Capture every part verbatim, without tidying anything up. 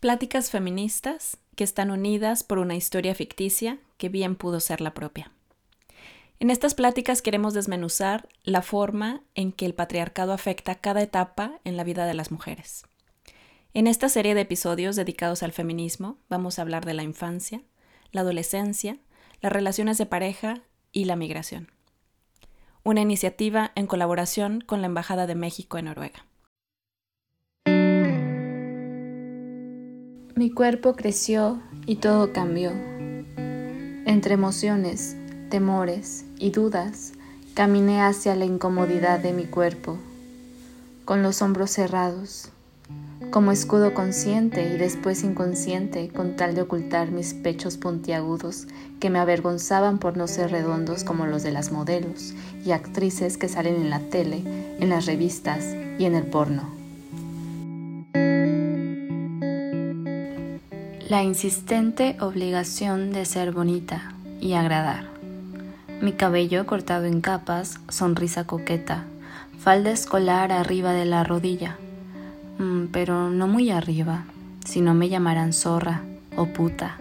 Pláticas feministas que están unidas por una historia ficticia que bien pudo ser la propia. En estas pláticas queremos desmenuzar la forma en que el patriarcado afecta cada etapa en la vida de las mujeres. En esta serie de episodios dedicados al feminismo vamos a hablar de la infancia, la adolescencia, las relaciones de pareja y la migración. Una iniciativa en colaboración con la Embajada de México en Noruega. Mi cuerpo creció y todo cambió. Entre emociones, temores y dudas, caminé hacia la incomodidad de mi cuerpo, con los hombros cerrados, como escudo consciente y después inconsciente, con tal de ocultar mis pechos puntiagudos que me avergonzaban por no ser redondos como los de las modelos y actrices que salen en la tele, en las revistas y en el porno. La insistente obligación de ser bonita y agradar. Mi cabello cortado en capas, sonrisa coqueta, falda escolar arriba de la rodilla, mm, pero no muy arriba, si no me llamaran zorra o puta.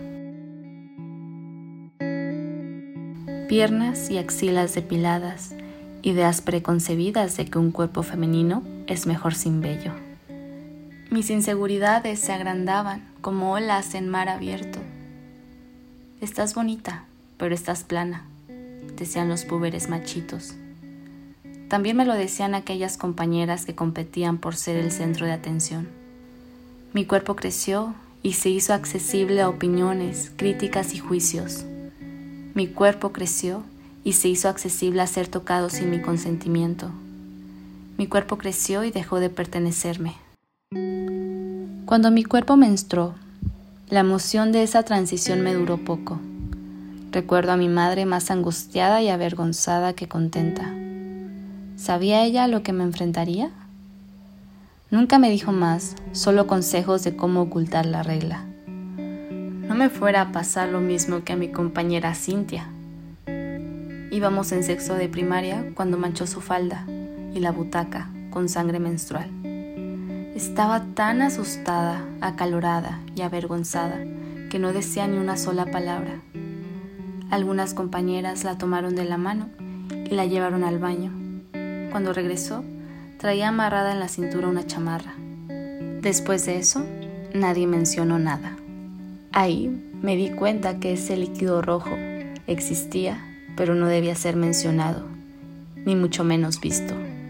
Piernas y axilas depiladas, ideas preconcebidas de que un cuerpo femenino es mejor sin vello. Mis inseguridades se agrandaban como olas en mar abierto. Estás bonita, pero estás plana, decían los púberes machitos. También me lo decían aquellas compañeras que competían por ser el centro de atención. Mi cuerpo creció y se hizo accesible a opiniones, críticas y juicios. Mi cuerpo creció y se hizo accesible a ser tocado sin mi consentimiento. Mi cuerpo creció y dejó de pertenecerme. Cuando mi cuerpo menstruó, la emoción de esa transición me duró poco. Recuerdo a mi madre más angustiada y avergonzada que contenta. ¿Sabía ella a lo que me enfrentaría? Nunca me dijo más, solo consejos de cómo ocultar la regla. No me fuera a pasar lo mismo que a mi compañera Cintia. Íbamos en sexto de primaria cuando manchó su falda y la butaca con sangre menstrual. Estaba tan asustada, acalorada y avergonzada que no decía ni una sola palabra. Algunas compañeras la tomaron de la mano y la llevaron al baño. Cuando regresó, traía amarrada en la cintura una chamarra. Después de eso, nadie mencionó nada. Ahí me di cuenta que ese líquido rojo existía, pero no debía ser mencionado, ni mucho menos visto.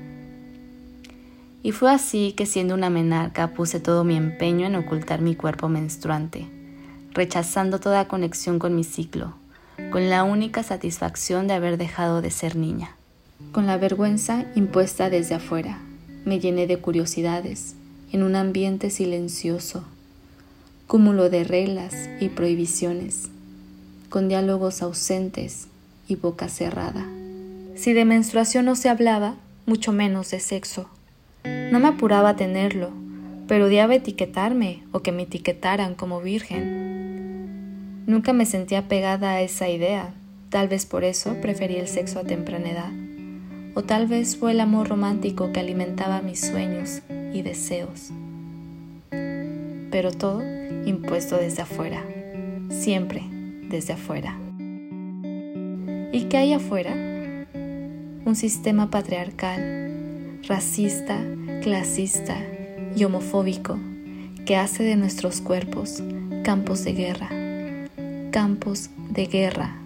Y fue así que, siendo una menarca, puse todo mi empeño en ocultar mi cuerpo menstruante, rechazando toda conexión con mi ciclo, con la única satisfacción de haber dejado de ser niña. Con la vergüenza impuesta desde afuera, me llené de curiosidades, en un ambiente silencioso, cúmulo de reglas y prohibiciones, con diálogos ausentes y boca cerrada. Si de menstruación no se hablaba, mucho menos de sexo. No me apuraba a tenerlo, pero odiaba etiquetarme o que me etiquetaran como virgen. Nunca me sentía pegada a esa idea, tal vez por eso preferí el sexo a temprana edad, o tal vez fue el amor romántico que alimentaba mis sueños y deseos. Pero todo impuesto desde afuera, siempre desde afuera. ¿Y qué hay afuera? Un sistema patriarcal, racista, clasista y homofóbico que hace de nuestros cuerpos campos de guerra, campos de guerra.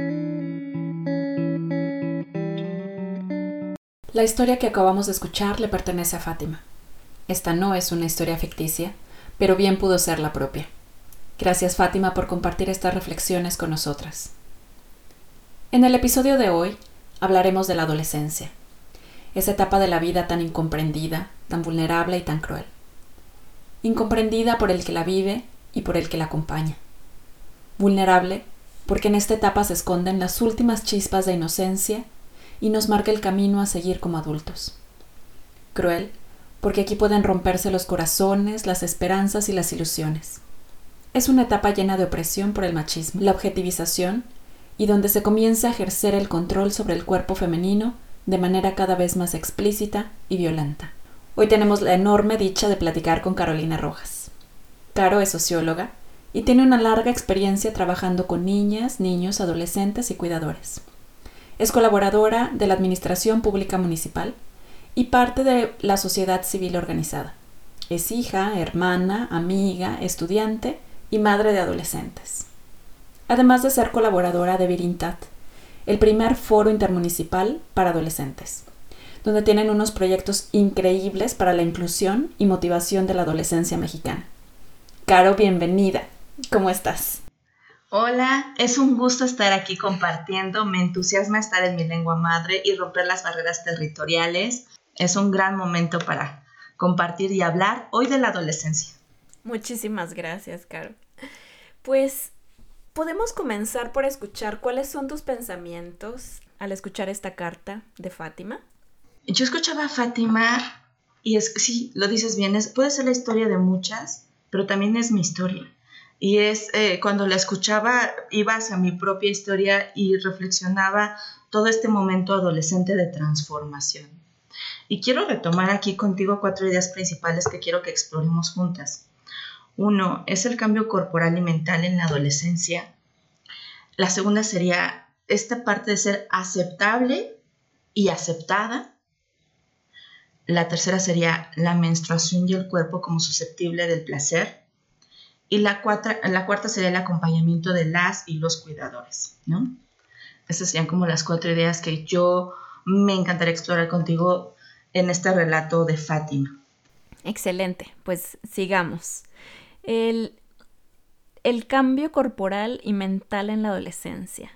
La historia que acabamos de escuchar le pertenece a Fátima. Esta no es una historia ficticia, pero bien pudo ser la propia. Gracias, Fátima, por compartir estas reflexiones con nosotras. En el episodio de hoy hablaremos de la adolescencia. Esa etapa de la vida tan incomprendida, tan vulnerable y tan cruel. Incomprendida por el que la vive y por el que la acompaña. Vulnerable porque en esta etapa se esconden las últimas chispas de inocencia y nos marca el camino a seguir como adultos. Cruel porque aquí pueden romperse los corazones, las esperanzas y las ilusiones. Es una etapa llena de opresión por el machismo, la objetivización y donde se comienza a ejercer el control sobre el cuerpo femenino de manera cada vez más explícita y violenta. Hoy tenemos la enorme dicha de platicar con Carolina Rojas. Caro es socióloga y tiene una larga experiencia trabajando con niñas, niños, adolescentes y cuidadores. Es colaboradora de la Administración Pública Municipal y parte de la sociedad civil organizada. Es hija, hermana, amiga, estudiante y madre de adolescentes. Además de ser colaboradora de Virintat, el primer foro intermunicipal para adolescentes, donde tienen unos proyectos increíbles para la inclusión y motivación de la adolescencia mexicana. Caro, bienvenida. ¿Cómo estás? Hola, es un gusto estar aquí compartiendo. Me entusiasma estar en mi lengua madre y romper las barreras territoriales. Es un gran momento para compartir y hablar hoy de la adolescencia. Muchísimas gracias, Caro. Pues podemos comenzar por escuchar cuáles son tus pensamientos al escuchar esta carta de Fátima. Yo escuchaba a Fátima y es, sí, lo dices bien, es, puede ser la historia de muchas, pero también es mi historia. Y es eh, cuando la escuchaba, iba hacia mi propia historia y reflexionaba todo este momento adolescente de transformación. Y quiero retomar aquí contigo cuatro ideas principales que quiero que exploremos juntas. Uno, es el cambio corporal y mental en la adolescencia. La segunda sería esta parte de ser aceptable y aceptada. La tercera sería la menstruación y el cuerpo como susceptible del placer. Y la cuarta, la cuarta sería el acompañamiento de las y los cuidadores, ¿no? Esas serían como las cuatro ideas que yo me encantaría explorar contigo en este relato de Fátima. Excelente, pues sigamos. El, el cambio corporal y mental en la adolescencia.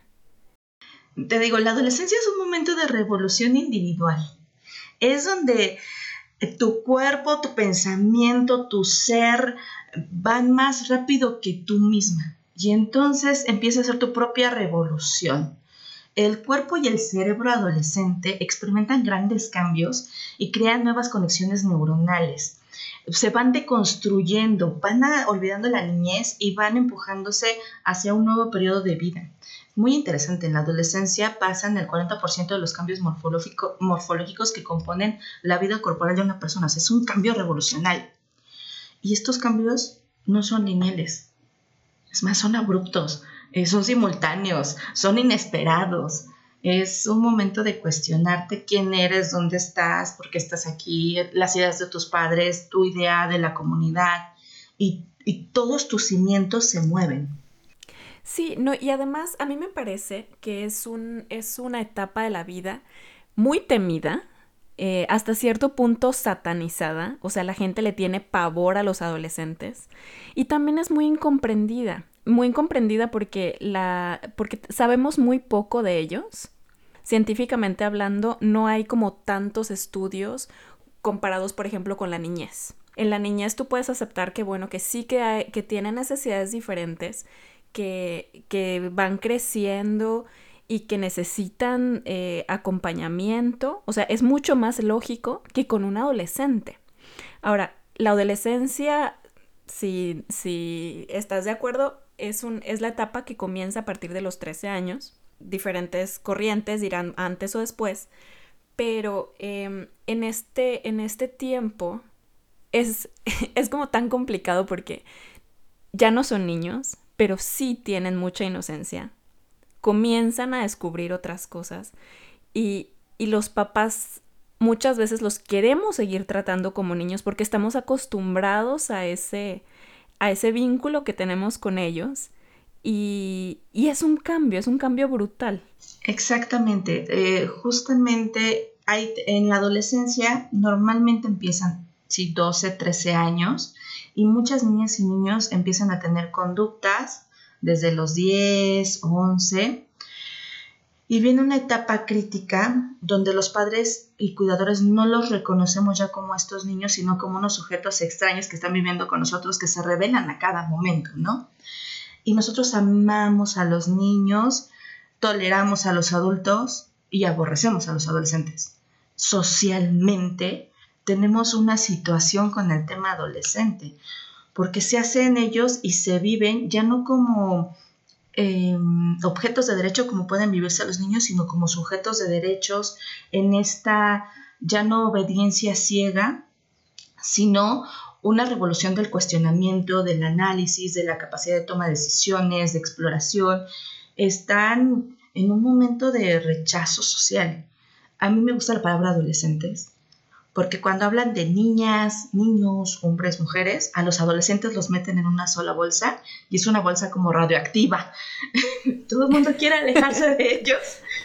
Te digo, la adolescencia es un momento de revolución individual. Es donde tu cuerpo, tu pensamiento, tu ser van más rápido que tú misma. Y entonces empieza a ser tu propia revolución. El cuerpo y el cerebro adolescente experimentan grandes cambios y crean nuevas conexiones neuronales. Se van deconstruyendo, van a, olvidando la niñez y van empujándose hacia un nuevo periodo de vida. Muy interesante, en la adolescencia pasan el cuarenta por ciento de los cambios morfológico, morfológicos que componen la vida corporal de una persona. O sea, es un cambio revolucionario. Y estos cambios no son lineales, es más, son abruptos, eh, son simultáneos, son inesperados. Es un momento de cuestionarte quién eres, dónde estás, por qué estás aquí, las ideas de tus padres, tu idea de la comunidad, y, y todos tus cimientos se mueven. Sí, no, y además a mí me parece que es, un, es una etapa de la vida muy temida, eh, hasta cierto punto satanizada, o sea, la gente le tiene pavor a los adolescentes, y también es muy incomprendida, muy incomprendida porque, la, porque sabemos muy poco de ellos. Científicamente hablando, no hay como tantos estudios comparados, por ejemplo, con la niñez. En la niñez tú puedes aceptar que, bueno, que sí que, hay, que tienen necesidades diferentes, que, que van creciendo y que necesitan eh, acompañamiento. O sea, es mucho más lógico que con un adolescente. Ahora, la adolescencia, si, si estás de acuerdo, es, un, es la etapa que comienza a partir de los trece años. Diferentes corrientes dirán antes o después, pero eh, en, este, en este tiempo es, es como tan complicado porque ya no son niños, pero sí tienen mucha inocencia. Comienzan a descubrir otras cosas y, y los papás muchas veces los queremos seguir tratando como niños porque estamos acostumbrados a ese, a ese vínculo que tenemos con ellos y, y es un cambio, es un cambio brutal. Exactamente, eh, justamente hay, en la adolescencia normalmente empiezan sí, doce, trece años y muchas niñas y niños empiezan a tener conductas desde los diez, once, y viene una etapa crítica donde los padres y cuidadores no los reconocemos ya como estos niños, sino como unos sujetos extraños que están viviendo con nosotros, que se revelan a cada momento, ¿no? Y nosotros amamos a los niños, toleramos a los adultos y aborrecemos a los adolescentes. Socialmente tenemos una situación con el tema adolescente, porque se hace en ellos y se viven ya no como eh, objetos de derecho como pueden vivirse los niños, sino como sujetos de derechos en esta ya no obediencia ciega, sino una revolución del cuestionamiento, del análisis, de la capacidad de toma de decisiones, de exploración. Están en un momento de rechazo social. A mí me gusta la palabra adolescentes, porque cuando hablan de niñas, niños, hombres, mujeres, a los adolescentes los meten en una sola bolsa y es una bolsa como radioactiva. Todo el mundo quiere alejarse de ellos.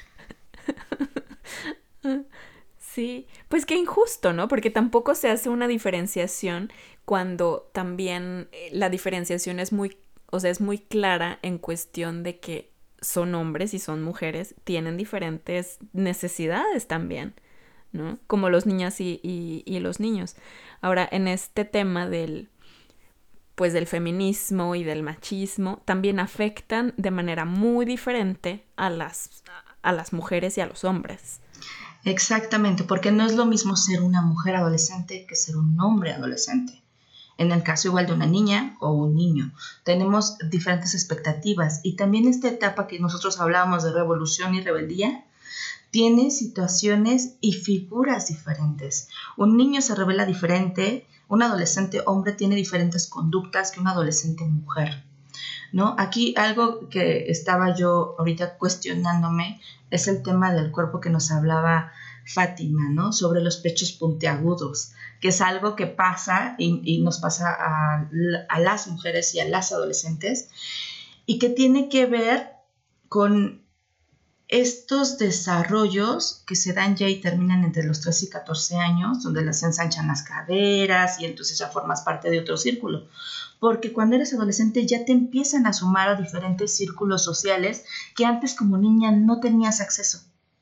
Sí, pues qué injusto, ¿no? Porque tampoco se hace una diferenciación cuando también la diferenciación es muy, o sea, es muy clara en cuestión de que son hombres y son mujeres, tienen diferentes necesidades también, ¿no? Como los niñas y, y, y los niños. Ahora, en este tema del, pues del feminismo y del machismo, también afectan de manera muy diferente a las, a las mujeres y a los hombres. Exactamente, porque no es lo mismo ser una mujer adolescente que ser un hombre adolescente. En el caso igual de una niña o un niño, tenemos diferentes expectativas y también esta etapa que nosotros hablábamos de revolución y rebeldía tiene situaciones y figuras diferentes. Un niño se revela diferente, un adolescente hombre tiene diferentes conductas que un adolescente mujer, ¿no? Aquí algo que estaba yo ahorita cuestionándome es el tema del cuerpo que nos hablaba Fátima, ¿no? Sobre los pechos puntiagudos, que es algo que pasa y, y nos pasa a, a las mujeres y a las adolescentes y que tiene que ver con estos desarrollos que se dan ya y terminan entre los trece y catorce años, donde las ensanchan las caderas y entonces ya formas parte de otro círculo. Porque cuando eres adolescente ya te empiezan a sumar a diferentes círculos sociales que antes como niña no tenías acceso.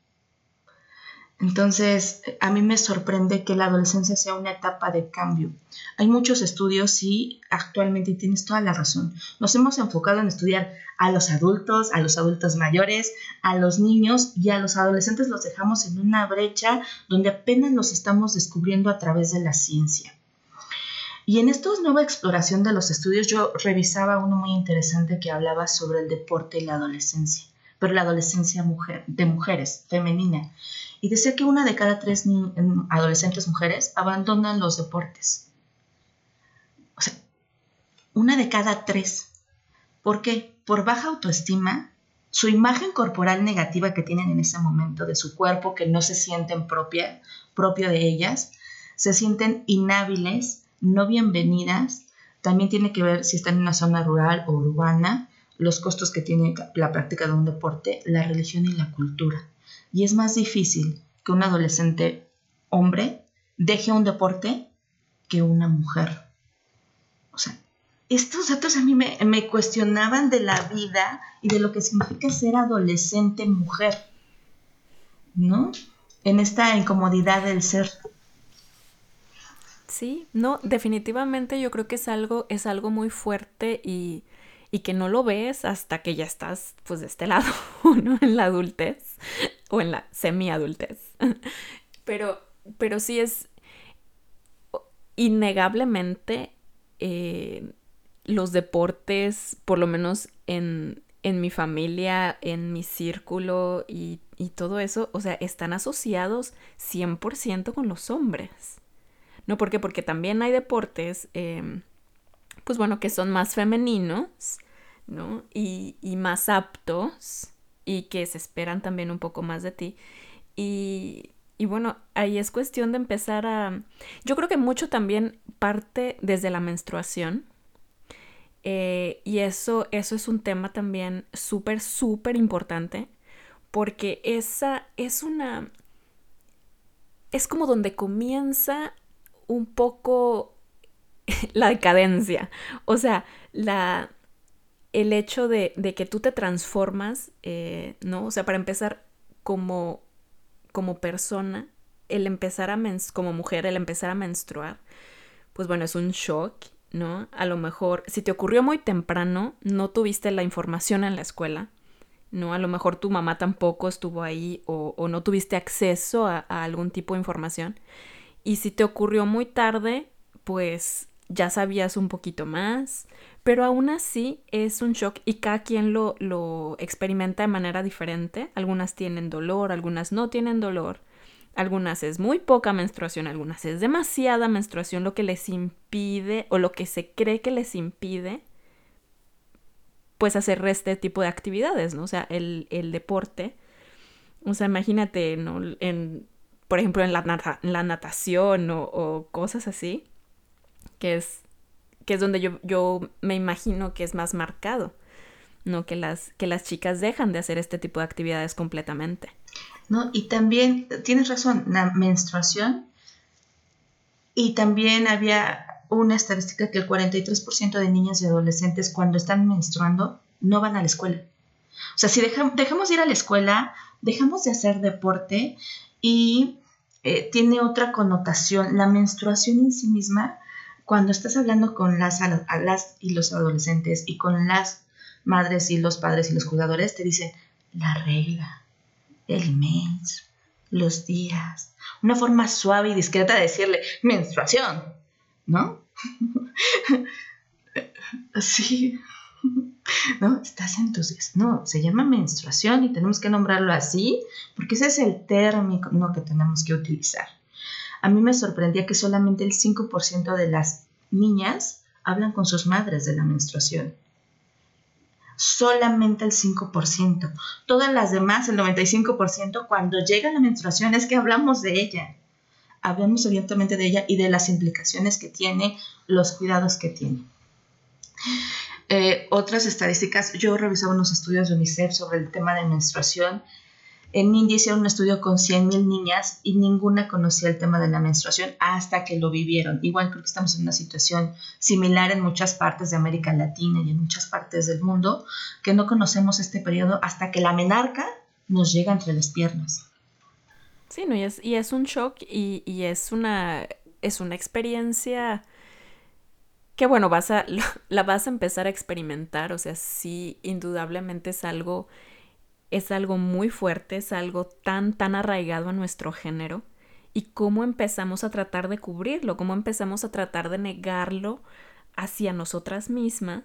Entonces, a mí me sorprende que la adolescencia sea una etapa de cambio. Hay muchos estudios y actualmente, y tienes toda la razón, nos hemos enfocado en estudiar a los adultos, a los adultos mayores, a los niños y a los adolescentes los dejamos en una brecha donde apenas los estamos descubriendo a través de la ciencia. Y en esta nueva exploración de los estudios yo revisaba uno muy interesante que hablaba sobre el deporte y la adolescencia, pero la adolescencia mujer, de mujeres, femenina. Y decía que una de cada tres ni- adolescentes mujeres abandonan los deportes. O sea, una de cada tres. ¿Por qué? Por baja autoestima, su imagen corporal negativa que tienen en ese momento de su cuerpo, que no se sienten propia, propio de ellas, se sienten inhábiles, no bienvenidas. También tiene que ver si están en una zona rural o urbana, los costos que tiene la práctica de un deporte, la religión y la cultura. Y es más difícil que un adolescente hombre deje un deporte que una mujer. O sea, estos datos a mí me, me cuestionaban de la vida y de lo que significa ser adolescente mujer, ¿no? En esta incomodidad del ser. Sí, no, definitivamente yo creo que es algo, es algo muy fuerte y, y que no lo ves hasta que ya estás pues de este lado, ¿no? En la adultez o en la semi-adultez. Pero, pero sí es innegablemente eh, los deportes, por lo menos en, en mi familia, en mi círculo y, y todo eso, o sea, están asociados cien por ciento con los hombres. ¿No? ¿Por qué? Porque también hay deportes, eh, pues bueno, que son más femeninos, ¿no? Y, y más aptos y que se esperan también un poco más de ti. Y, y bueno, ahí es cuestión de empezar a... Yo creo que mucho también parte desde la menstruación. Eh, y eso, eso es un tema también súper, súper importante. Porque esa es una... Es como donde comienza un poco la decadencia. O sea, la, el hecho de, de que tú te transformas, eh, ¿no? O sea, para empezar, como, como persona, el empezar a mens- como mujer, el empezar a menstruar, pues bueno, es un shock, ¿no? A lo mejor, si te ocurrió muy temprano, no tuviste la información en la escuela, ¿no? A lo mejor tu mamá tampoco estuvo ahí o, o no tuviste acceso a, a algún tipo de información. Y si te ocurrió muy tarde, pues ya sabías un poquito más, pero aún así es un shock y cada quien lo, lo experimenta de manera diferente. Algunas tienen dolor, algunas no tienen dolor, Algunas es muy poca menstruación, algunas es demasiada menstruación, lo que les impide o lo que se cree que les impide pues hacer este tipo de actividades, ¿no? O sea, el, el deporte. O sea, imagínate, ¿no? En, por ejemplo, en la, nata- en la natación o, o cosas así, que es, que es donde yo, yo me imagino que es más marcado, ¿no? Que las, que las chicas dejan de hacer este tipo de actividades completamente. ¿No? Y también, tienes razón, la menstruación, y también había una estadística que el cuarenta y tres por ciento de niñas y adolescentes cuando están menstruando no van a la escuela. O sea, si dejamos, dejamos de ir a la escuela, dejamos de hacer deporte y eh, tiene otra connotación. La menstruación en sí misma, cuando estás hablando con las, a las y los adolescentes y con las madres y los padres y los cuidadores, te dicen la regla, el mens, los días. Una forma suave y discreta de decirle menstruación, ¿no? Así. ¿No? Estás en tus días. No, se llama menstruación y tenemos que nombrarlo así porque ese es el término que tenemos que utilizar. A mí me sorprendía que solamente el cinco por ciento de las niñas hablan con sus madres de la menstruación. Solamente el cinco por ciento. Todas las demás, el noventa y cinco por ciento, cuando llega la menstruación es que hablamos de ella. Hablamos abiertamente de ella y de las implicaciones que tiene, los cuidados que tiene. Eh, otras estadísticas, yo revisaba unos estudios de UNICEF sobre el tema de menstruación. En India hicieron un estudio con cien mil niñas y ninguna conocía el tema de la menstruación hasta que lo vivieron. Igual creo que estamos en una situación similar en muchas partes de América Latina y en muchas partes del mundo, que no conocemos este periodo hasta que la menarca nos llega entre las piernas. Sí, no, y es, y es un shock y, y es una, es una experiencia que, bueno, vas a, la vas a empezar a experimentar. O sea, sí, indudablemente es algo, es algo muy fuerte, es algo tan, tan arraigado a nuestro género. Y cómo empezamos a tratar de cubrirlo, cómo empezamos a tratar de negarlo hacia nosotras mismas,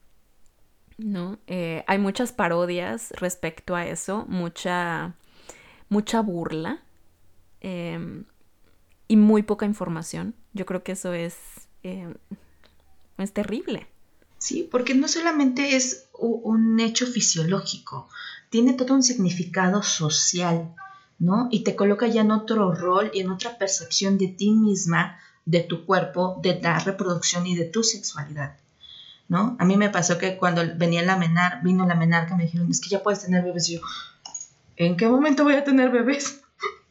¿no? Eh, hay muchas parodias respecto a eso, mucha, mucha burla. Eh, y muy poca información. Yo creo que eso es, eh, es terrible. Sí, porque no solamente es un hecho fisiológico, tiene todo un significado social, ¿no? Y te coloca ya en otro rol y en otra percepción de ti misma, de tu cuerpo, de la reproducción y de tu sexualidad, ¿no? A mí me pasó que cuando venía la menar, vino la menarca, me dijeron, es que ya puedes tener bebés. Y yo, ¿en qué momento voy a tener bebés?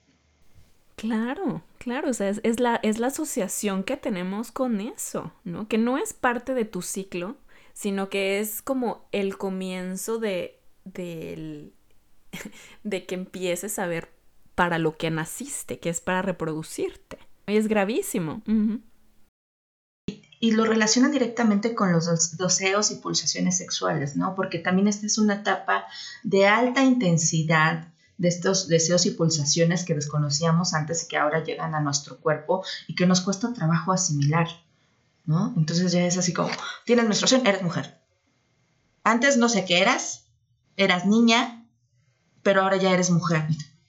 Claro, claro, o sea, es, es, la, es la asociación que tenemos con eso, ¿no? Que no es parte de tu ciclo, sino que es como el comienzo de, de, de que empieces a ver para lo que naciste, que es para reproducirte. Y es gravísimo. Uh-huh. Y lo relacionan directamente con los deseos y pulsaciones sexuales, ¿no? Porque también esta es una etapa de alta intensidad de estos deseos y pulsaciones que desconocíamos antes y que ahora llegan a nuestro cuerpo y que nos cuesta trabajo asimilar, ¿no? Entonces ya es así como, tienes menstruación, eres mujer. Antes no sé qué eras, eras niña, pero ahora ya eres mujer.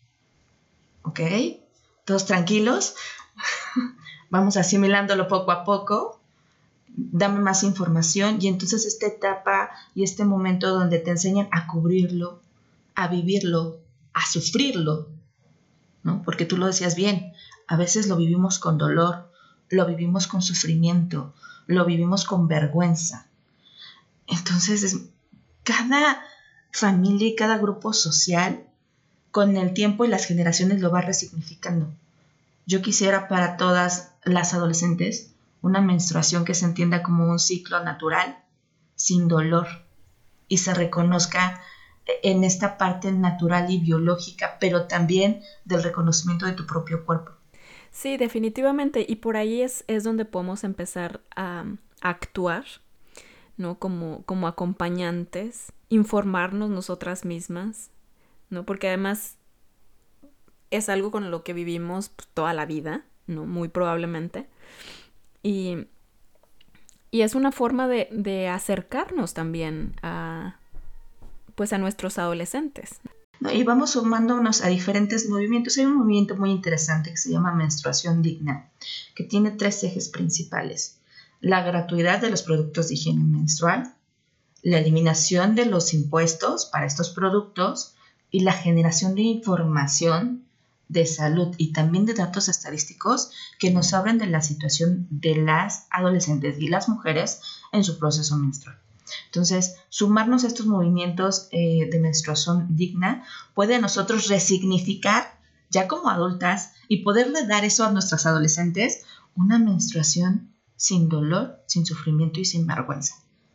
¿Ok? Todos tranquilos. Vamos asimilándolo poco a poco. Dame más información y entonces esta etapa y este momento donde te enseñan a cubrirlo, a vivirlo, a sufrirlo, ¿no? Porque tú lo decías bien, a veces lo vivimos con dolor, lo vivimos con sufrimiento, lo vivimos con vergüenza. Entonces, es, cada familia y cada grupo social, con el tiempo y las generaciones lo va resignificando. Yo quisiera para todas las adolescentes una menstruación que se entienda como un ciclo natural, sin dolor, y se reconozca en esta parte natural y biológica, pero también del reconocimiento de tu propio cuerpo. Sí, definitivamente. Y por ahí es, es donde podemos empezar a, a actuar, ¿no? Como, como acompañantes, informarnos nosotras mismas, ¿no? Porque además es algo con lo que vivimos pues, toda la vida, ¿no? Muy probablemente. Y, y es una forma de, de acercarnos también a, pues a nuestros adolescentes. ¿no? Y vamos sumándonos a diferentes movimientos. Hay un movimiento muy interesante que se llama menstruación digna, que tiene tres ejes principales: la gratuidad de los productos de higiene menstrual, la eliminación de los impuestos para estos productos y la generación de información de salud y también de datos estadísticos que nos hablen de la situación de las adolescentes y las mujeres en su proceso menstrual. Entonces, sumarnos a estos movimientos eh, de menstruación digna puede a nosotros resignificar ya como adultas y poderle dar eso a nuestras adolescentes, una menstruación sin dolor, sin sufrimiento y sin vergüenza.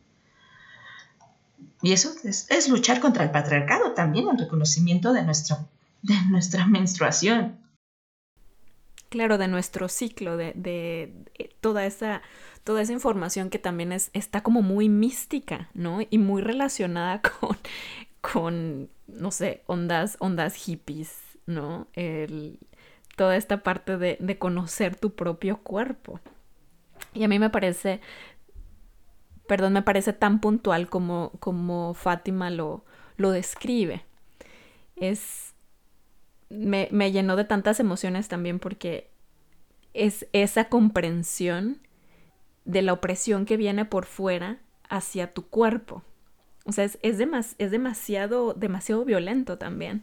Y eso es, es luchar contra el patriarcado también, el reconocimiento de nuestra, de nuestra menstruación. Claro, de nuestro ciclo, de, de, de toda esa, toda esa información que también es, está como muy mística, ¿no? Y muy relacionada con, con no sé, ondas, ondas hippies, ¿no? El, toda esta parte de, de conocer tu propio cuerpo. Y a mí me parece, perdón, me parece tan puntual como, como Fátima lo, lo describe. Es... Me, me llenó de tantas emociones también porque es esa comprensión de la opresión que viene por fuera hacia tu cuerpo. O sea, es, es, demas, es demasiado, demasiado violento también.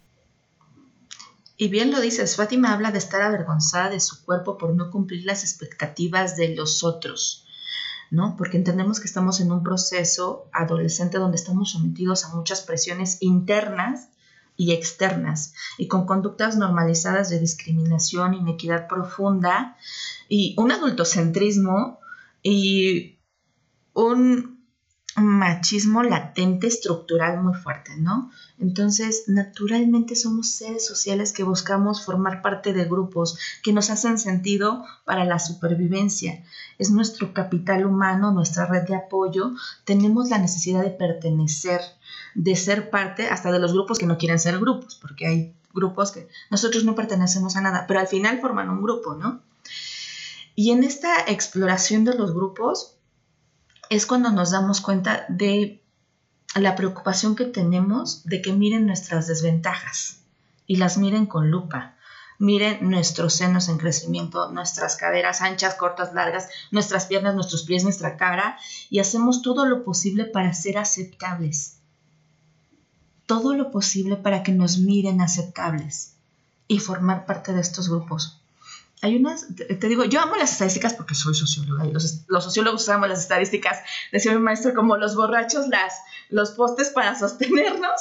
Y bien lo dices, Fátima habla de estar avergonzada de su cuerpo por no cumplir las expectativas de los otros, ¿no? Porque entendemos que estamos en un proceso adolescente donde estamos sometidos a muchas presiones internas y externas, y con conductas normalizadas de discriminación, inequidad profunda y un adultocentrismo y un machismo latente estructural muy fuerte, ¿no? Entonces, naturalmente somos seres sociales que buscamos formar parte de grupos que nos hacen sentido para la supervivencia. Es nuestro capital humano, nuestra red de apoyo. Tenemos la necesidad de pertenecer, de ser parte hasta de los grupos que no quieren ser grupos, porque hay grupos que nosotros no pertenecemos a nada, pero al final forman un grupo, ¿no? Y en esta exploración de los grupos es cuando nos damos cuenta de la preocupación que tenemos de que miren nuestras desventajas y las miren con lupa. Miren nuestros senos en crecimiento, nuestras caderas anchas, cortas, largas, nuestras piernas, nuestros pies, nuestra cara, y hacemos todo lo posible para ser aceptables. Todo lo posible para que nos miren aceptables y formar parte de estos grupos. Hay unas, te digo, yo amo las estadísticas porque soy socióloga y los, los sociólogos usamos las estadísticas, decía mi maestro, como los borrachos, las, los postes para sostenernos.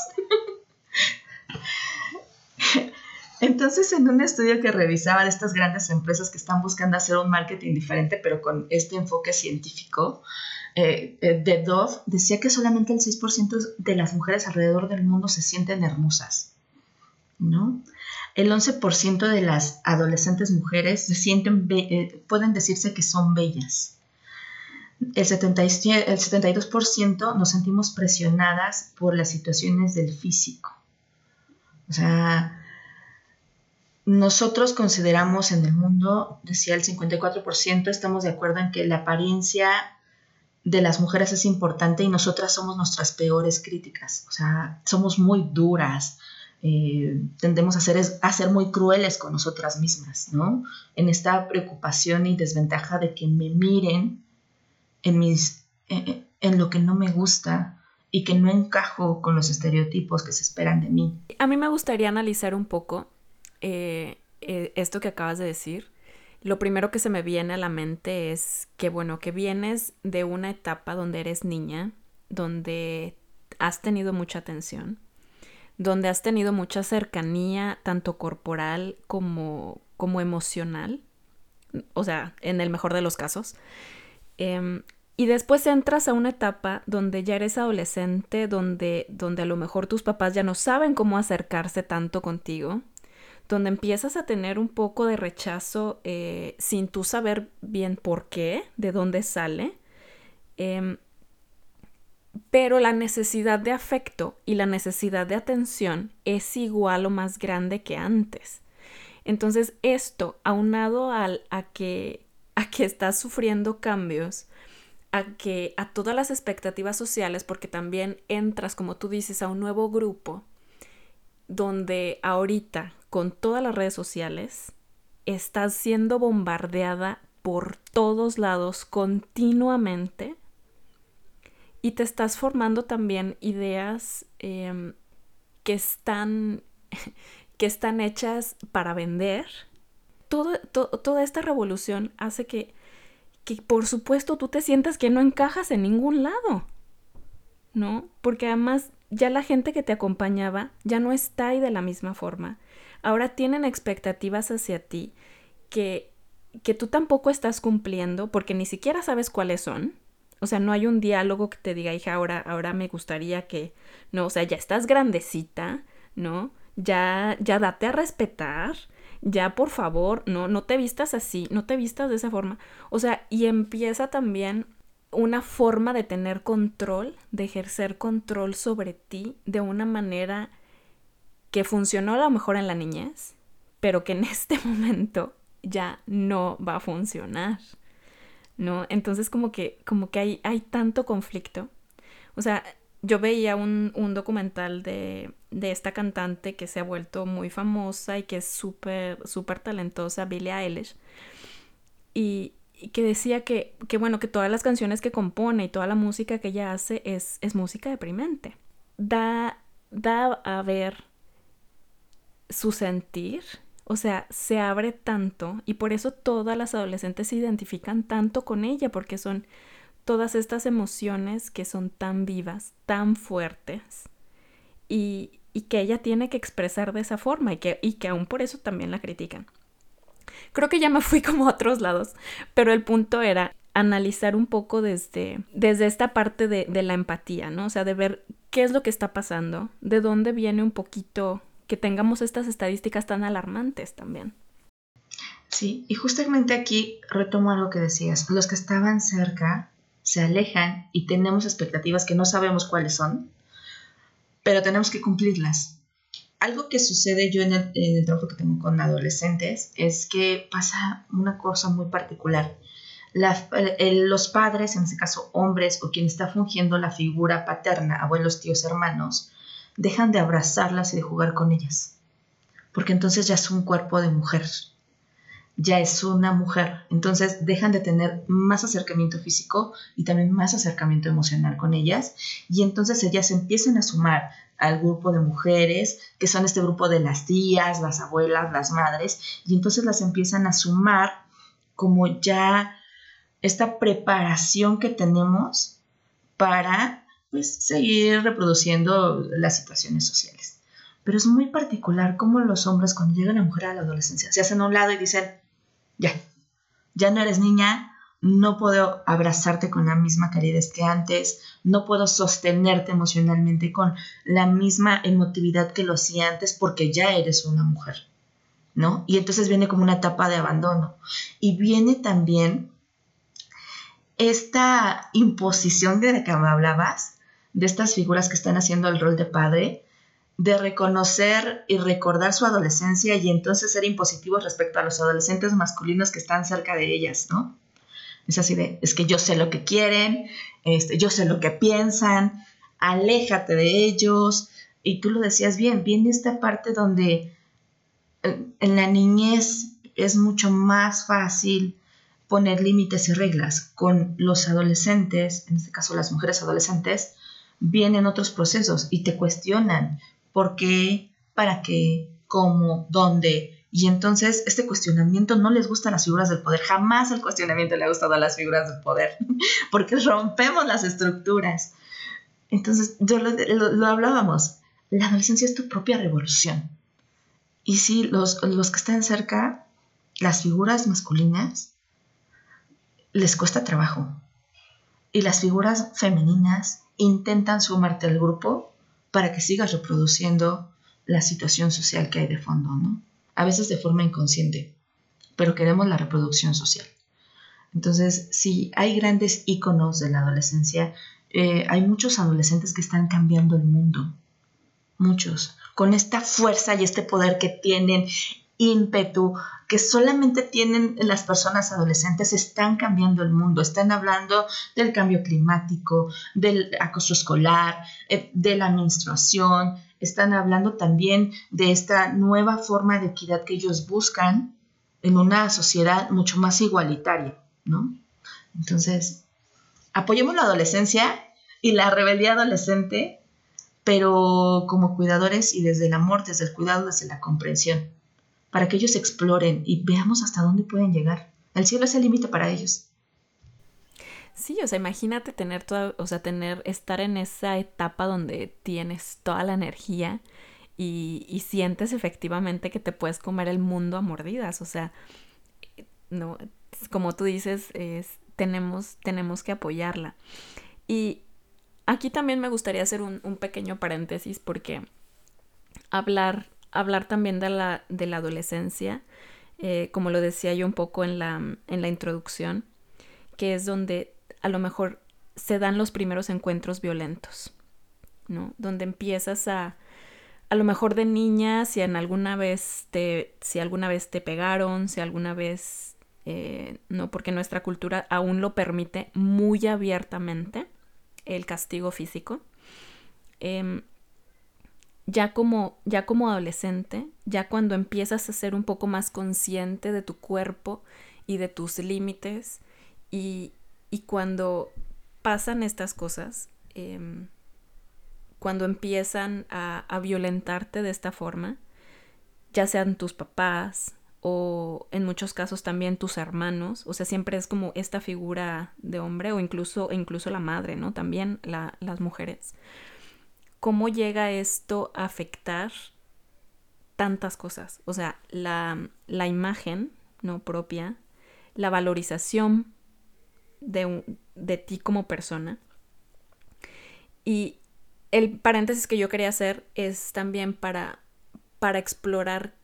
Entonces, en un estudio que revisaba de estas grandes empresas que están buscando hacer un marketing diferente, pero con este enfoque científico, eh, eh, de Dove, decía que solamente el seis por ciento de las mujeres alrededor del mundo se sienten hermosas, ¿no? El once por ciento de las adolescentes mujeres se sienten be- eh, pueden decirse que son bellas. El, setenta y siete, el setenta y dos por ciento nos sentimos presionadas por las situaciones del físico. O sea, nosotros consideramos en el mundo, decía el cincuenta y cuatro por ciento, estamos de acuerdo en que la apariencia de las mujeres es importante y nosotras somos nuestras peores críticas. O sea, somos muy duras. Eh, tendemos a ser, a ser muy crueles con nosotras mismas, ¿no? En esta preocupación y desventaja de que me miren en, mis, en, en lo que no me gusta y que no encajo con los estereotipos que se esperan de mí. A mí me gustaría analizar un poco eh, eh, esto que acabas de decir. Lo primero que se me viene a la mente es que, bueno, que vienes de una etapa donde eres niña, donde has tenido mucha atención, donde has tenido mucha cercanía, tanto corporal como, como emocional, o sea, en el mejor de los casos. Eh, y después entras a una etapa donde ya eres adolescente, donde, donde a lo mejor tus papás ya no saben cómo acercarse tanto contigo, donde empiezas a tener un poco de rechazo eh, sin tú saber bien por qué, de dónde sale. Eh, Pero la necesidad de afecto y la necesidad de atención es igual o más grande que antes. Entonces esto, aunado al, a, que, a que estás sufriendo cambios, a, que, a todas las expectativas sociales, porque también entras, como tú dices, a un nuevo grupo, donde ahorita, con todas las redes sociales, estás siendo bombardeada por todos lados continuamente y te estás formando también ideas eh, que están, que están hechas para vender. Todo, to, toda esta revolución hace que, que, por supuesto, tú te sientas que no encajas en ningún lado, ¿no? Porque además ya la gente que te acompañaba ya no está ahí de la misma forma. Ahora tienen expectativas hacia ti que, que tú tampoco estás cumpliendo porque ni siquiera sabes cuáles son. O sea, no hay un diálogo que te diga, hija, ahora, ahora me gustaría que... No, o sea, ya estás grandecita, ¿no? Ya, ya date a respetar, ya por favor, no, no te vistas así, no te vistas de esa forma. O sea, y empieza también una forma de tener control, de ejercer control sobre ti de una manera que funcionó a lo mejor en la niñez, pero que en este momento ya no va a funcionar, ¿no? Entonces como que, como que hay, hay tanto conflicto. O sea, yo veía un, un documental de, de esta cantante que se ha vuelto muy famosa y que es súper, súper talentosa, Billie Eilish, y, y que decía que, que, bueno, que todas las canciones que compone y toda la música que ella hace es, es música deprimente. Da, da a ver su sentir, o sea, se abre tanto y por eso todas las adolescentes se identifican tanto con ella, porque son todas estas emociones que son tan vivas, tan fuertes y, y que ella tiene que expresar de esa forma y que, y que aún por eso también la critican. Creo que ya me fui como a otros lados, pero el punto era analizar un poco desde, desde esta parte de, de la empatía, ¿no? O sea, de ver qué es lo que está pasando, de dónde viene un poquito que tengamos estas estadísticas tan alarmantes también. Sí, y justamente aquí retomo algo que decías. Los que estaban cerca se alejan y tenemos expectativas que no sabemos cuáles son, pero tenemos que cumplirlas. Algo que sucede yo en el, en el trabajo que tengo con adolescentes es que pasa una cosa muy particular. La, el, los padres, en este caso hombres, o quien está fungiendo la figura paterna, abuelos, tíos, hermanos, dejan de abrazarlas y de jugar con ellas, porque entonces ya es un cuerpo de mujer, ya es una mujer, entonces dejan de tener más acercamiento físico y también más acercamiento emocional con ellas, y entonces ellas empiezan a sumar al grupo de mujeres, que son este grupo de las tías, las abuelas, las madres, y entonces las empiezan a sumar como ya esta preparación que tenemos para, pues, seguir reproduciendo las situaciones sociales. Pero es muy particular cómo los hombres, cuando llega una mujer a la adolescencia, se hacen a un lado y dicen, ya, ya no eres niña, no puedo abrazarte con la misma calidez que antes, no puedo sostenerte emocionalmente con la misma emotividad que lo hacía antes porque ya eres una mujer, ¿no? Y entonces viene como una etapa de abandono. Y viene también esta imposición de la que me hablabas, de estas figuras que están haciendo el rol de padre, de reconocer y recordar su adolescencia y entonces ser impositivos respecto a los adolescentes masculinos que están cerca de ellas, ¿no? Es así de, es que yo sé lo que quieren, este, yo sé lo que piensan, aléjate de ellos. Y tú lo decías bien, viene esta parte donde en la niñez es mucho más fácil poner límites y reglas. Con los adolescentes, en este caso las mujeres adolescentes, vienen otros procesos y te cuestionan por qué, para qué, cómo, dónde. Y entonces este cuestionamiento no les gusta a las figuras del poder. Jamás el cuestionamiento le ha gustado a las figuras del poder, porque rompemos las estructuras. Entonces, yo lo, lo, lo hablábamos, la adolescencia es tu propia revolución. Y sí, los, los que están cerca, las figuras masculinas, les cuesta trabajo. Y las figuras femeninas intentan sumarte al grupo para que sigas reproduciendo la situación social que hay de fondo, ¿no? A veces de forma inconsciente, pero queremos la reproducción social. Entonces, sí, hay grandes íconos de la adolescencia. Eh, hay muchos adolescentes que están cambiando el mundo. Muchos. Con esta fuerza y este poder que tienen ímpetu que solamente tienen las personas adolescentes están cambiando el mundo, están hablando del cambio climático, del acoso escolar, eh, de la menstruación, están hablando también de esta nueva forma de equidad que ellos buscan en una sociedad mucho más igualitaria, ¿no? Entonces, apoyemos la adolescencia y la rebeldía adolescente, pero como cuidadores y desde el amor, desde el cuidado, desde la comprensión, para que ellos exploren y veamos hasta dónde pueden llegar. El cielo es el límite para ellos. Sí, o sea, imagínate tener toda, o sea, tener, estar en esa etapa donde tienes toda la energía y, y sientes efectivamente que te puedes comer el mundo a mordidas. O sea, no, como tú dices, es, tenemos, tenemos que apoyarla. Y aquí también me gustaría hacer un, un pequeño paréntesis porque hablar, hablar también de la, de la adolescencia, eh, como lo decía yo un poco en la, en la introducción, que es donde a lo mejor se dan los primeros encuentros violentos, ¿no? Donde empiezas a, a lo mejor de niña, si en alguna vez te, si alguna vez te pegaron, si alguna vez, eh, no, porque nuestra cultura aún lo permite muy abiertamente, el castigo físico. Eh, ya como, ya como adolescente, ya cuando empiezas a ser un poco más consciente de tu cuerpo y de tus límites, y, y cuando pasan estas cosas, eh, cuando empiezan a, a violentarte de esta forma, ya sean tus papás o en muchos casos también tus hermanos, o sea, siempre es como esta figura de hombre o incluso, incluso la madre, ¿no? También la, las mujeres. ¿Cómo llega esto a afectar tantas cosas? O sea, la, la imagen, ¿no? propia, la valorización de, un, de ti como persona. Y el paréntesis que yo quería hacer es también para, para explorar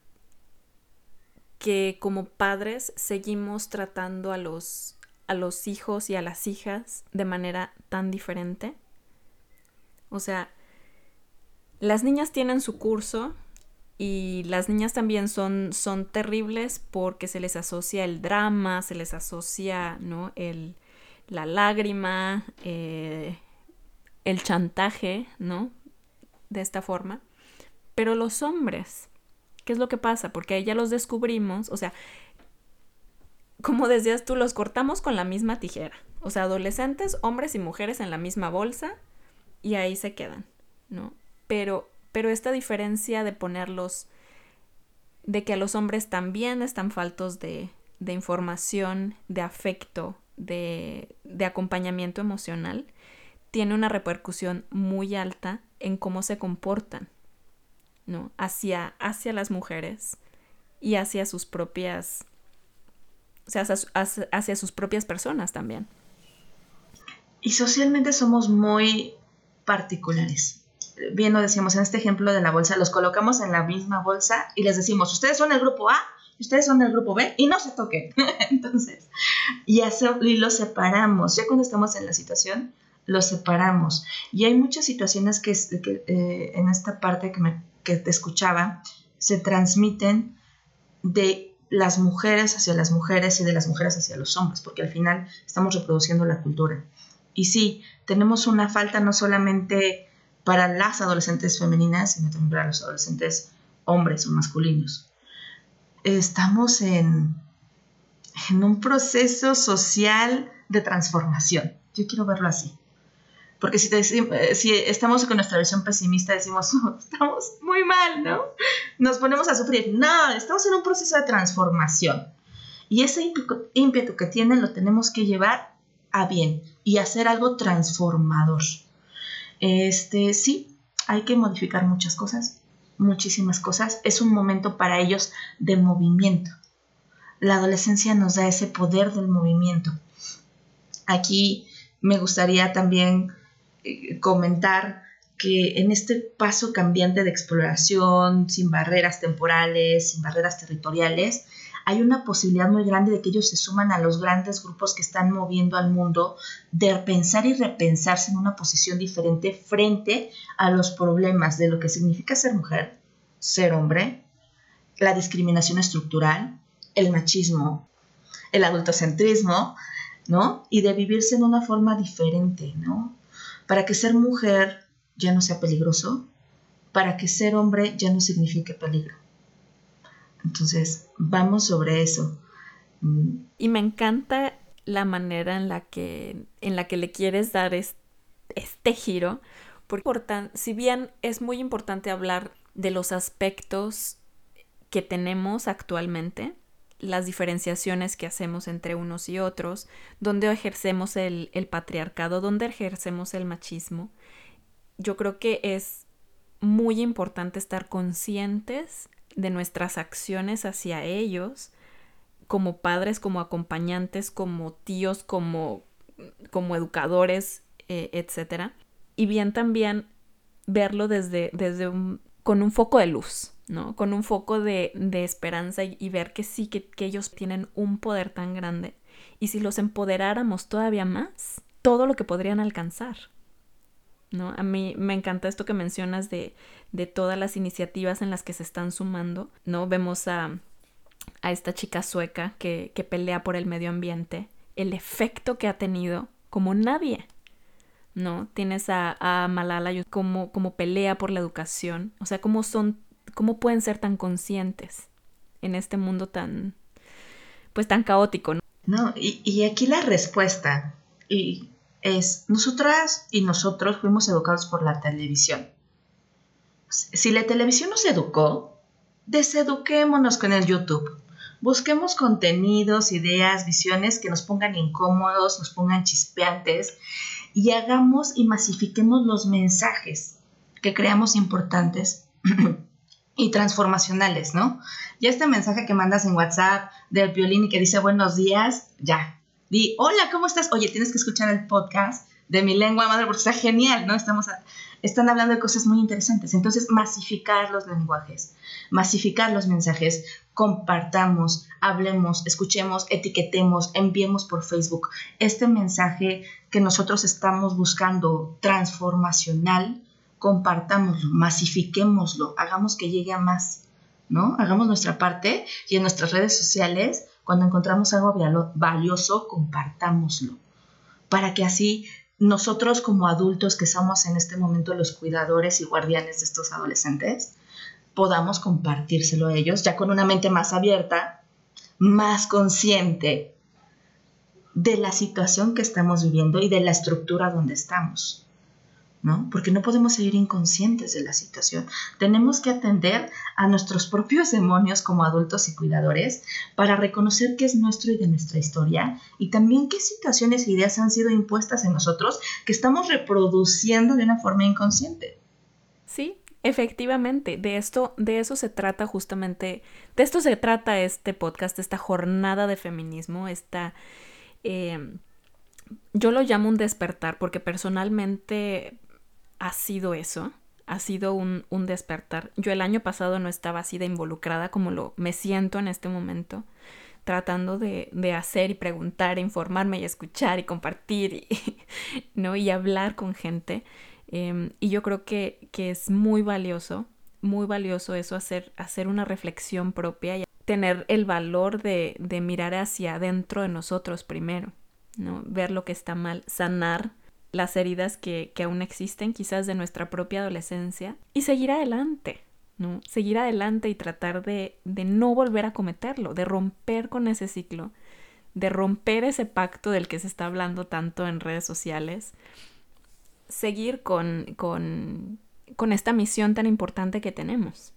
que como padres seguimos tratando a los, a los hijos y a las hijas de manera tan diferente. O sea, las niñas tienen su curso y las niñas también son, son terribles porque se les asocia el drama, se les asocia, ¿no? el, la lágrima, eh, el chantaje, ¿no? De esta forma. Pero los hombres, ¿qué es lo que pasa? Porque ahí ya los descubrimos, o sea, como decías tú, los cortamos con la misma tijera. O sea, adolescentes, hombres y mujeres en la misma bolsa y ahí se quedan, ¿no? Pero, pero esta diferencia de ponerlos, de que a los hombres también están faltos de, de información, de afecto, de, de acompañamiento emocional, tiene una repercusión muy alta en cómo se comportan, ¿no? Hacia, hacia las mujeres y hacia sus propias, o sea, hacia, hacia sus propias personas también. Y socialmente somos muy particulares. Bien lo decíamos en este ejemplo de la bolsa, los colocamos en la misma bolsa y les decimos, ustedes son el grupo A, ustedes son el grupo B y no se toquen. Entonces, y, hace, y los separamos. Ya cuando estamos en la situación, los separamos. Y hay muchas situaciones que, que eh, en esta parte que, me, que te escuchaba, se transmiten de las mujeres hacia las mujeres y de las mujeres hacia los hombres, porque al final estamos reproduciendo la cultura. Y sí, tenemos una falta no solamente para las adolescentes femeninas, sino también para los adolescentes hombres o masculinos. Estamos en, en un proceso social de transformación. Yo quiero verlo así. Porque si, te, si estamos con nuestra visión pesimista, decimos, oh, estamos muy mal, ¿no? Nos ponemos a sufrir. No, estamos en un proceso de transformación. Y ese ímpetu, ímpetu que tienen lo tenemos que llevar a bien y hacer algo transformador. Este, sí, hay que modificar muchas cosas, muchísimas cosas. Es un momento para ellos de movimiento. La adolescencia nos da ese poder del movimiento. Aquí me gustaría también eh, comentar que en este paso cambiante de exploración, sin barreras temporales, sin barreras territoriales, hay una posibilidad muy grande de que ellos se suman a los grandes grupos que están moviendo al mundo, de pensar y repensarse en una posición diferente frente a los problemas de lo que significa ser mujer, ser hombre, la discriminación estructural, el machismo, el adultocentrismo, ¿no? Y de vivirse en una forma diferente, ¿no? Para que ser mujer ya no sea peligroso, para que ser hombre ya no signifique peligro. Entonces, vamos sobre eso. Y me encanta la manera en la que, en la que le quieres dar este, este giro, porque si bien es muy importante hablar de los aspectos que tenemos actualmente, las diferenciaciones que hacemos entre unos y otros, donde ejercemos el, el patriarcado, donde ejercemos el machismo, yo creo que es muy importante estar conscientes de nuestras acciones hacia ellos, como padres, como acompañantes, como tíos, como, como educadores, eh, etcétera. Y bien también verlo desde, desde un, con un foco de luz, ¿no? Con un foco de, de esperanza y, y ver que sí, que, que ellos tienen un poder tan grande. Y si los empoderáramos todavía más, todo lo que podrían alcanzar, ¿no? A mí me encanta esto que mencionas de, de todas las iniciativas en las que se están sumando, ¿no? Vemos a, a esta chica sueca que, que pelea por el medio ambiente, el efecto que ha tenido como nadie, ¿no? Tienes a, a Malala como, como pelea por la educación, o sea, cómo son, cómo pueden ser tan conscientes en este mundo tan, pues tan caótico, ¿no? No, y, y aquí la respuesta y es, nosotras y nosotros fuimos educados por la televisión. Si la televisión nos educó, deseduquémonos con el YouTube. Busquemos contenidos, ideas, visiones que nos pongan incómodos, nos pongan chispeantes y hagamos y masifiquemos los mensajes que creamos importantes y transformacionales, ¿no? Ya este mensaje que mandas en WhatsApp del violín y que dice buenos días, ya. Di, hola, ¿cómo estás? Oye, tienes que escuchar el podcast de Mi Lengua Madre porque está genial, ¿no? Estamos a, están hablando de cosas muy interesantes. Entonces, masificar los lenguajes, masificar los mensajes, compartamos, hablemos, escuchemos, etiquetemos, enviemos por Facebook este mensaje que nosotros estamos buscando transformacional, compartámoslo, masifiquémoslo, hagamos que llegue a más, ¿no? Hagamos nuestra parte y en nuestras redes sociales, cuando encontramos algo valioso, compartámoslo, para que así nosotros como adultos que somos en este momento los cuidadores y guardianes de estos adolescentes, podamos compartírselo a ellos ya con una mente más abierta, más consciente de la situación que estamos viviendo y de la estructura donde estamos, ¿no? Porque no podemos seguir inconscientes de la situación. Tenemos que atender a nuestros propios demonios como adultos y cuidadores para reconocer qué es nuestro y de nuestra historia y también qué situaciones e ideas han sido impuestas en nosotros que estamos reproduciendo de una forma inconsciente. Sí, efectivamente. De esto, de eso se trata justamente, de esto se trata este podcast, esta jornada de feminismo, esta... Eh, yo lo llamo un despertar porque personalmente ha sido eso, ha sido un, un despertar. Yo el año pasado no estaba así de involucrada como lo me siento en este momento, tratando de, de hacer y preguntar, informarme y escuchar y compartir y, ¿no? y hablar con gente. Eh, y yo creo que, que es muy valioso, muy valioso eso, hacer, hacer una reflexión propia y tener el valor de, de mirar hacia adentro de nosotros primero, ¿no? Ver lo que está mal, sanar las heridas que, que aún existen quizás de nuestra propia adolescencia y seguir adelante, ¿no? Seguir adelante y tratar de, de no volver a cometerlo, de romper con ese ciclo, de romper ese pacto del que se está hablando tanto en redes sociales, seguir con, con, con esta misión tan importante que tenemos.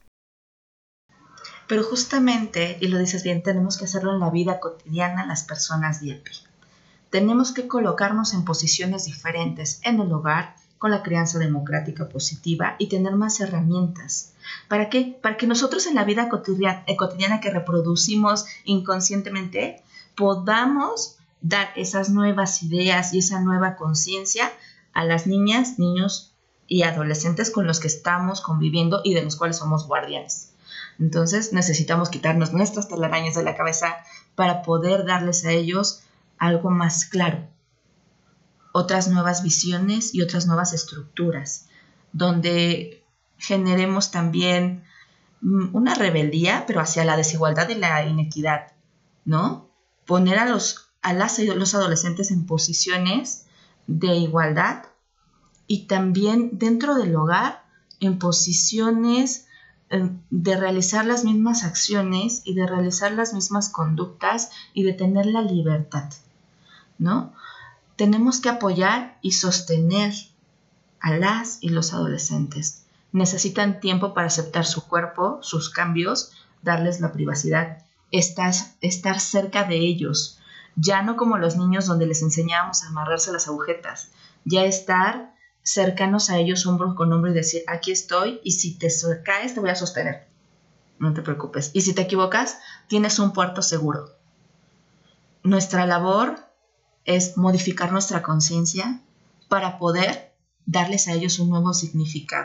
Pero justamente, y lo dices bien, tenemos que hacerlo en la vida cotidiana las personas D I E P I. Tenemos que colocarnos en posiciones diferentes en el hogar con la crianza democrática positiva y tener más herramientas. ¿Para qué? Para que nosotros en la vida cotidiana, cotidiana que reproducimos inconscientemente podamos dar esas nuevas ideas y esa nueva conciencia a las niñas, niños y adolescentes con los que estamos conviviendo y de los cuales somos guardianes. Entonces necesitamos quitarnos nuestras telarañas de la cabeza para poder darles a ellos algo más claro, otras nuevas visiones y otras nuevas estructuras, donde generemos también una rebeldía, pero hacia la desigualdad y la inequidad, ¿no? Poner a los, a las, los adolescentes en posiciones de igualdad y también dentro del hogar en posiciones de realizar las mismas acciones y de realizar las mismas conductas y de tener la libertad, ¿no? Tenemos que apoyar y sostener a las y los adolescentes. Necesitan tiempo para aceptar su cuerpo, sus cambios, darles la privacidad, estar, estar cerca de ellos, ya no como los niños donde les enseñábamos a amarrarse las agujetas, ya estar cercanos a ellos hombro con hombro y decir, aquí estoy y si te caes te voy a sostener, no te preocupes. Y si te equivocas, tienes un puerto seguro. Nuestra labor es modificar nuestra conciencia para poder darles a ellos un nuevo significado.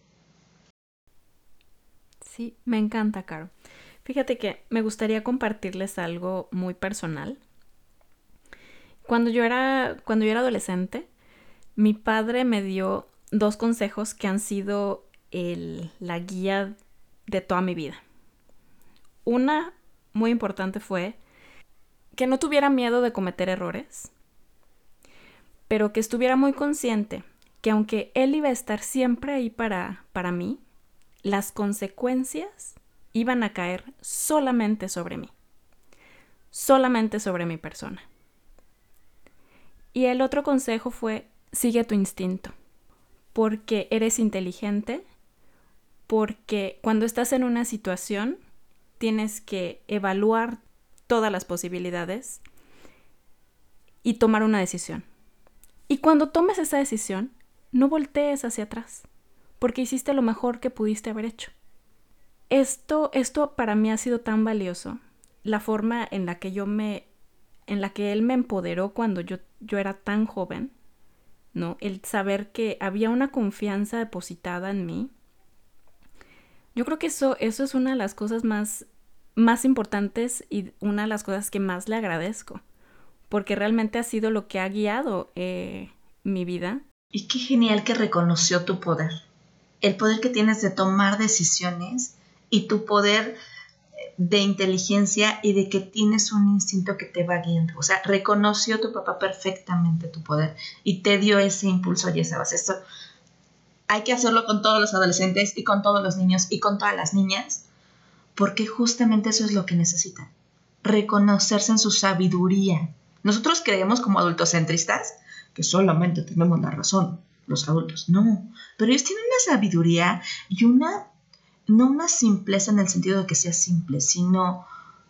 Sí, me encanta, Caro. Fíjate que me gustaría compartirles algo muy personal. Cuando yo era, cuando yo era adolescente, mi padre me dio dos consejos que han sido el, la guía de toda mi vida. Una muy importante fue que no tuviera miedo de cometer errores, pero que estuviera muy consciente que aunque él iba a estar siempre ahí para, para mí, las consecuencias iban a caer solamente sobre mí, solamente sobre mi persona. Y el otro consejo fue, sigue tu instinto, porque eres inteligente, porque cuando estás en una situación tienes que evaluar todas las posibilidades y tomar una decisión. Y cuando tomes esa decisión, no voltees hacia atrás, porque hiciste lo mejor que pudiste haber hecho. Esto, esto para mí ha sido tan valioso, la forma en la que yo me, en la que él me empoderó cuando yo, yo era tan joven, ¿no? El saber que había una confianza depositada en mí. Yo creo que eso, eso es una de las cosas más, más importantes y una de las cosas que más le agradezco, porque realmente ha sido lo que ha guiado eh, mi vida. Y qué genial que reconoció tu poder, el poder que tienes de tomar decisiones y tu poder de inteligencia y de que tienes un instinto que te va guiando. O sea, reconoció tu papá perfectamente tu poder y te dio ese impulso y esa base. Esto hay que hacerlo con todos los adolescentes y con todos los niños y con todas las niñas, porque justamente eso es lo que necesitan, reconocerse en su sabiduría. Nosotros creemos como adultocentristas que solamente tenemos la razón, los adultos. No, pero ellos tienen una sabiduría y una, no una simpleza en el sentido de que sea simple, sino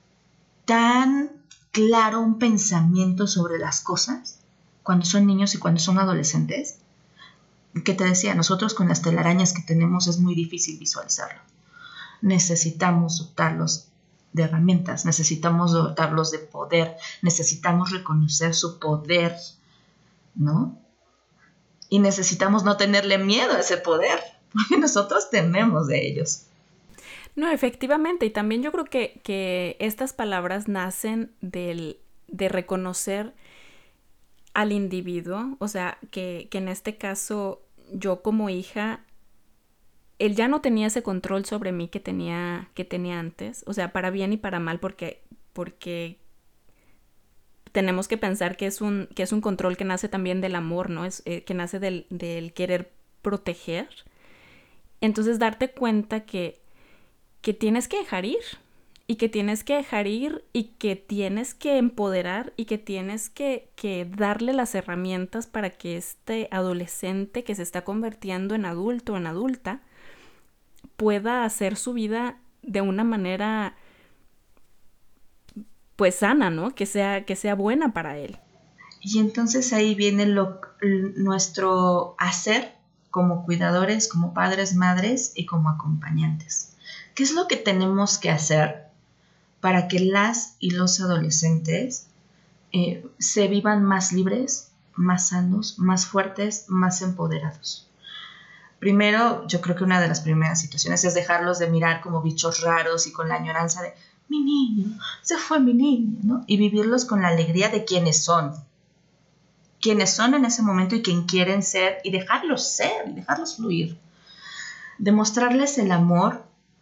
tan claro un pensamiento sobre las cosas cuando son niños y cuando son adolescentes, que te decía, nosotros con las telarañas que tenemos es muy difícil visualizarlo. Necesitamos dotarlos de herramientas, necesitamos dotarlos de poder, necesitamos reconocer su poder, ¿no? Y necesitamos no tenerle miedo a ese poder, porque nosotros tememos de ellos. No, efectivamente, y también yo creo que, que estas palabras nacen del, de reconocer al individuo, o sea, que, que en este caso yo como hija, él ya no tenía ese control sobre mí que tenía, que tenía antes, o sea, para bien y para mal, porque, porque tenemos que pensar que es un, que es un control que nace también del amor, ¿no? Es, eh, que nace del, del querer proteger. Entonces, darte cuenta que, que tienes que dejar ir, y que tienes que dejar ir, y que tienes que empoderar, y que tienes que, que darle las herramientas para que este adolescente que se está convirtiendo en adulto o en adulta pueda hacer su vida de una manera pues sana, ¿no? Que sea, que sea buena para él. Y entonces ahí viene lo, nuestro hacer como cuidadores, como padres, madres y como acompañantes. ¿Qué es lo que tenemos que hacer para que las y los adolescentes eh, se vivan más libres, más sanos, más fuertes, más empoderados? Primero, yo creo que una de las primeras situaciones es dejarlos de mirar como bichos raros y con la añoranza de mi niño, se fue mi niño, ¿no? Y vivirlos con la alegría de quienes son, quienes son en ese momento y quien quieren ser, y dejarlos ser, y dejarlos fluir. Demostrarles el amor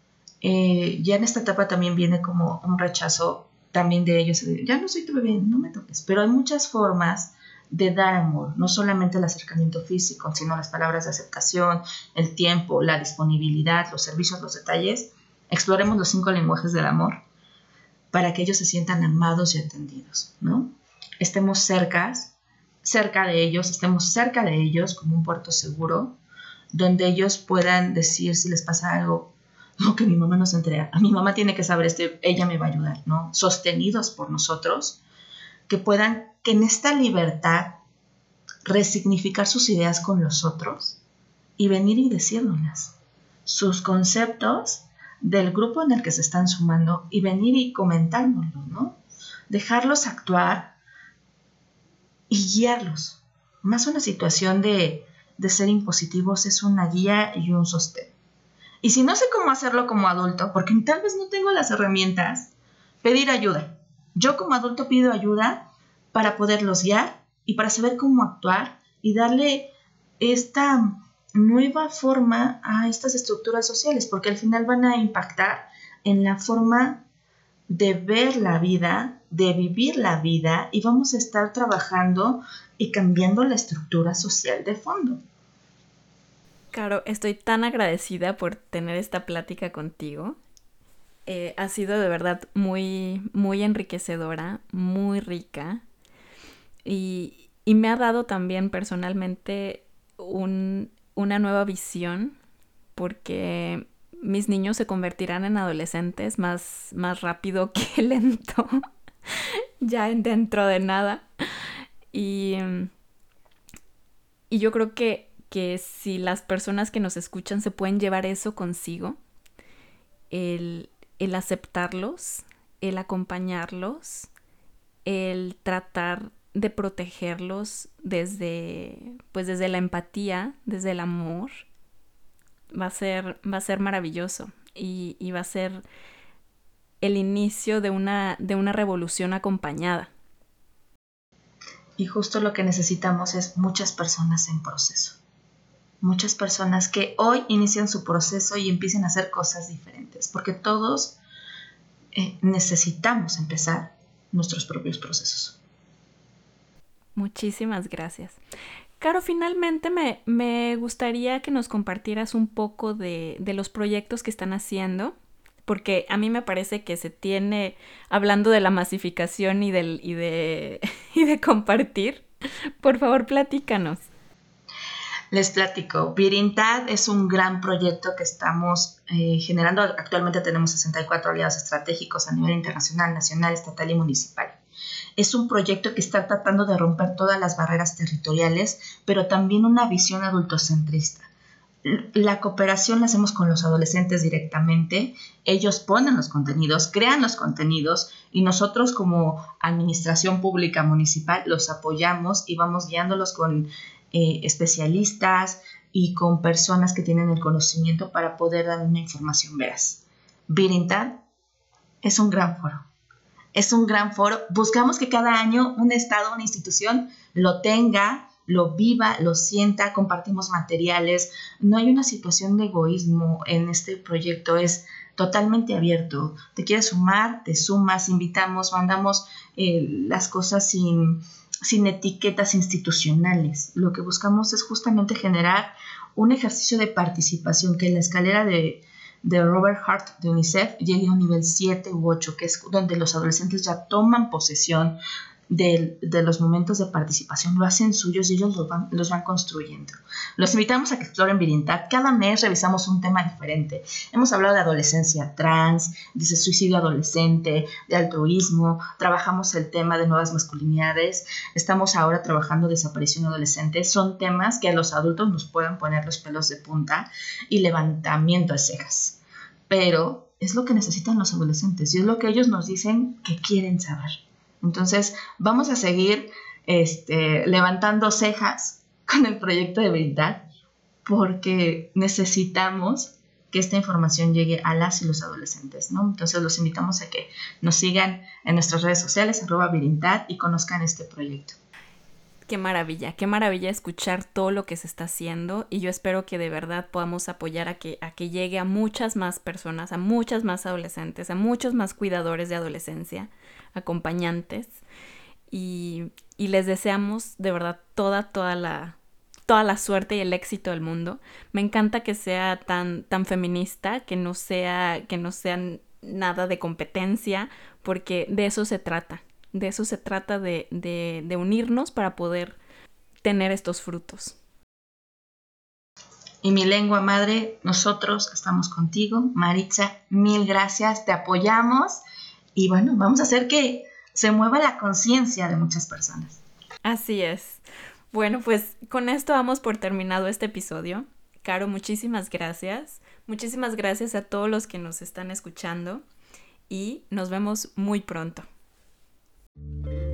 eh, ya en esta etapa también viene como un rechazo también de ellos, ya no soy tu bebé, no me toques, pero hay muchas formas de dar amor, no solamente el acercamiento físico, sino las palabras de aceptación, el tiempo, la disponibilidad, los servicios, los detalles. Exploremos los cinco lenguajes del amor para que ellos se sientan amados y atendidos, ¿no? Estemos cerca, cerca de ellos, estemos cerca de ellos como un puerto seguro, donde ellos puedan decir si les pasa algo, no, que mi mamá no se entera, a mi mamá tiene que saber esto, ella me va a ayudar, ¿no? Sostenidos por nosotros, que puedan, que en esta libertad, resignificar sus ideas con los otros y venir y decírnoslas, sus conceptos del grupo en el que se están sumando y venir y comentárnoslo, ¿no? Dejarlos actuar y guiarlos. Más una situación de, de ser impositivos es una guía y un sostén. Y si no sé cómo hacerlo como adulto, porque tal vez no tengo las herramientas, pedir ayuda. Yo como adulto pido ayuda para poderlos guiar y para saber cómo actuar y darle esta nueva forma a estas estructuras sociales, porque al final van a impactar en la forma de ver la vida, de vivir la vida, y vamos a estar trabajando y cambiando la estructura social de fondo. Caro, estoy tan agradecida por tener esta plática contigo. Eh, ha sido de verdad muy, muy enriquecedora, muy rica, y, y me ha dado también personalmente un, una nueva visión, porque mis niños se convertirán en adolescentes más, más rápido que lento, ya dentro de nada. Y, y yo creo que que si las personas que nos escuchan se pueden llevar eso consigo, el, el aceptarlos, el acompañarlos, el tratar de protegerlos desde, pues desde la empatía, desde el amor, va a ser, va a ser maravilloso y, y va a ser el inicio de una, de una revolución acompañada. Y justo lo que necesitamos es muchas personas en proceso. Muchas personas que hoy inician su proceso y empiecen a hacer cosas diferentes, porque todos eh, necesitamos empezar nuestros propios procesos. Muchísimas gracias. Caro, finalmente me, me gustaría que nos compartieras un poco de, de los proyectos que están haciendo, porque a mí me parece que se tiene, hablando de la masificación y, del, y, de, y de compartir, por favor, platícanos. Les platico, Virintad es un gran proyecto que estamos eh, generando. Actualmente tenemos sesenta y cuatro aliados estratégicos a nivel internacional, nacional, estatal y municipal. Es un proyecto que está tratando de romper todas las barreras territoriales, pero también una visión adultocentrista. La cooperación la hacemos con los adolescentes directamente. Ellos ponen los contenidos, crean los contenidos y nosotros como administración pública municipal los apoyamos y vamos guiándolos con Eh, especialistas y con personas que tienen el conocimiento para poder dar una información veraz. Virintad es un gran foro. Es un gran foro. Buscamos que cada año un estado, una institución lo tenga, lo viva, lo sienta, compartimos materiales. No hay una situación de egoísmo en este proyecto, es totalmente abierto. Te quieres sumar, te sumas, invitamos, mandamos eh, las cosas sin... sin etiquetas institucionales. Lo que buscamos es justamente generar un ejercicio de participación, que en la escalera de, de Robert Hart de UNICEF llegue a un nivel siete u ocho, que es donde los adolescentes ya toman posesión de, de los momentos de participación, lo hacen suyos y ellos los van, los van construyendo. Los invitamos a que exploren Virintad. Cada mes revisamos un tema diferente. Hemos hablado de adolescencia trans, de suicidio adolescente, de altruismo, trabajamos el tema de nuevas masculinidades, estamos ahora trabajando desaparición adolescente. Son temas que a los adultos nos pueden poner los pelos de punta y levantamiento de cejas, pero es lo que necesitan los adolescentes y es lo que ellos nos dicen que quieren saber. Entonces, vamos a seguir este, levantando cejas con el proyecto de Virintad, porque necesitamos que esta información llegue a las y los adolescentes, ¿no? Entonces, los invitamos a que nos sigan en nuestras redes sociales, arroba Virintad, y conozcan este proyecto. qué maravilla, qué maravilla escuchar todo lo que se está haciendo y yo espero que de verdad podamos apoyar a que, a que llegue a muchas más personas, a muchas más adolescentes, a muchos más cuidadores de adolescencia, acompañantes y, y les deseamos de verdad toda, toda la, toda la suerte y el éxito del mundo. Me encanta que sea tan, tan feminista, que no sea, que no sea nada de competencia, porque de eso se trata. De eso se trata de, de, de unirnos para poder tener estos frutos. Y mi lengua madre, nosotros estamos contigo. Maritza, mil gracias, te apoyamos y bueno, vamos a hacer que se mueva la conciencia de muchas personas. Así es. Bueno, pues con esto damos por terminado este episodio. Caro, muchísimas gracias. Muchísimas gracias a todos los que nos están escuchando y nos vemos muy pronto.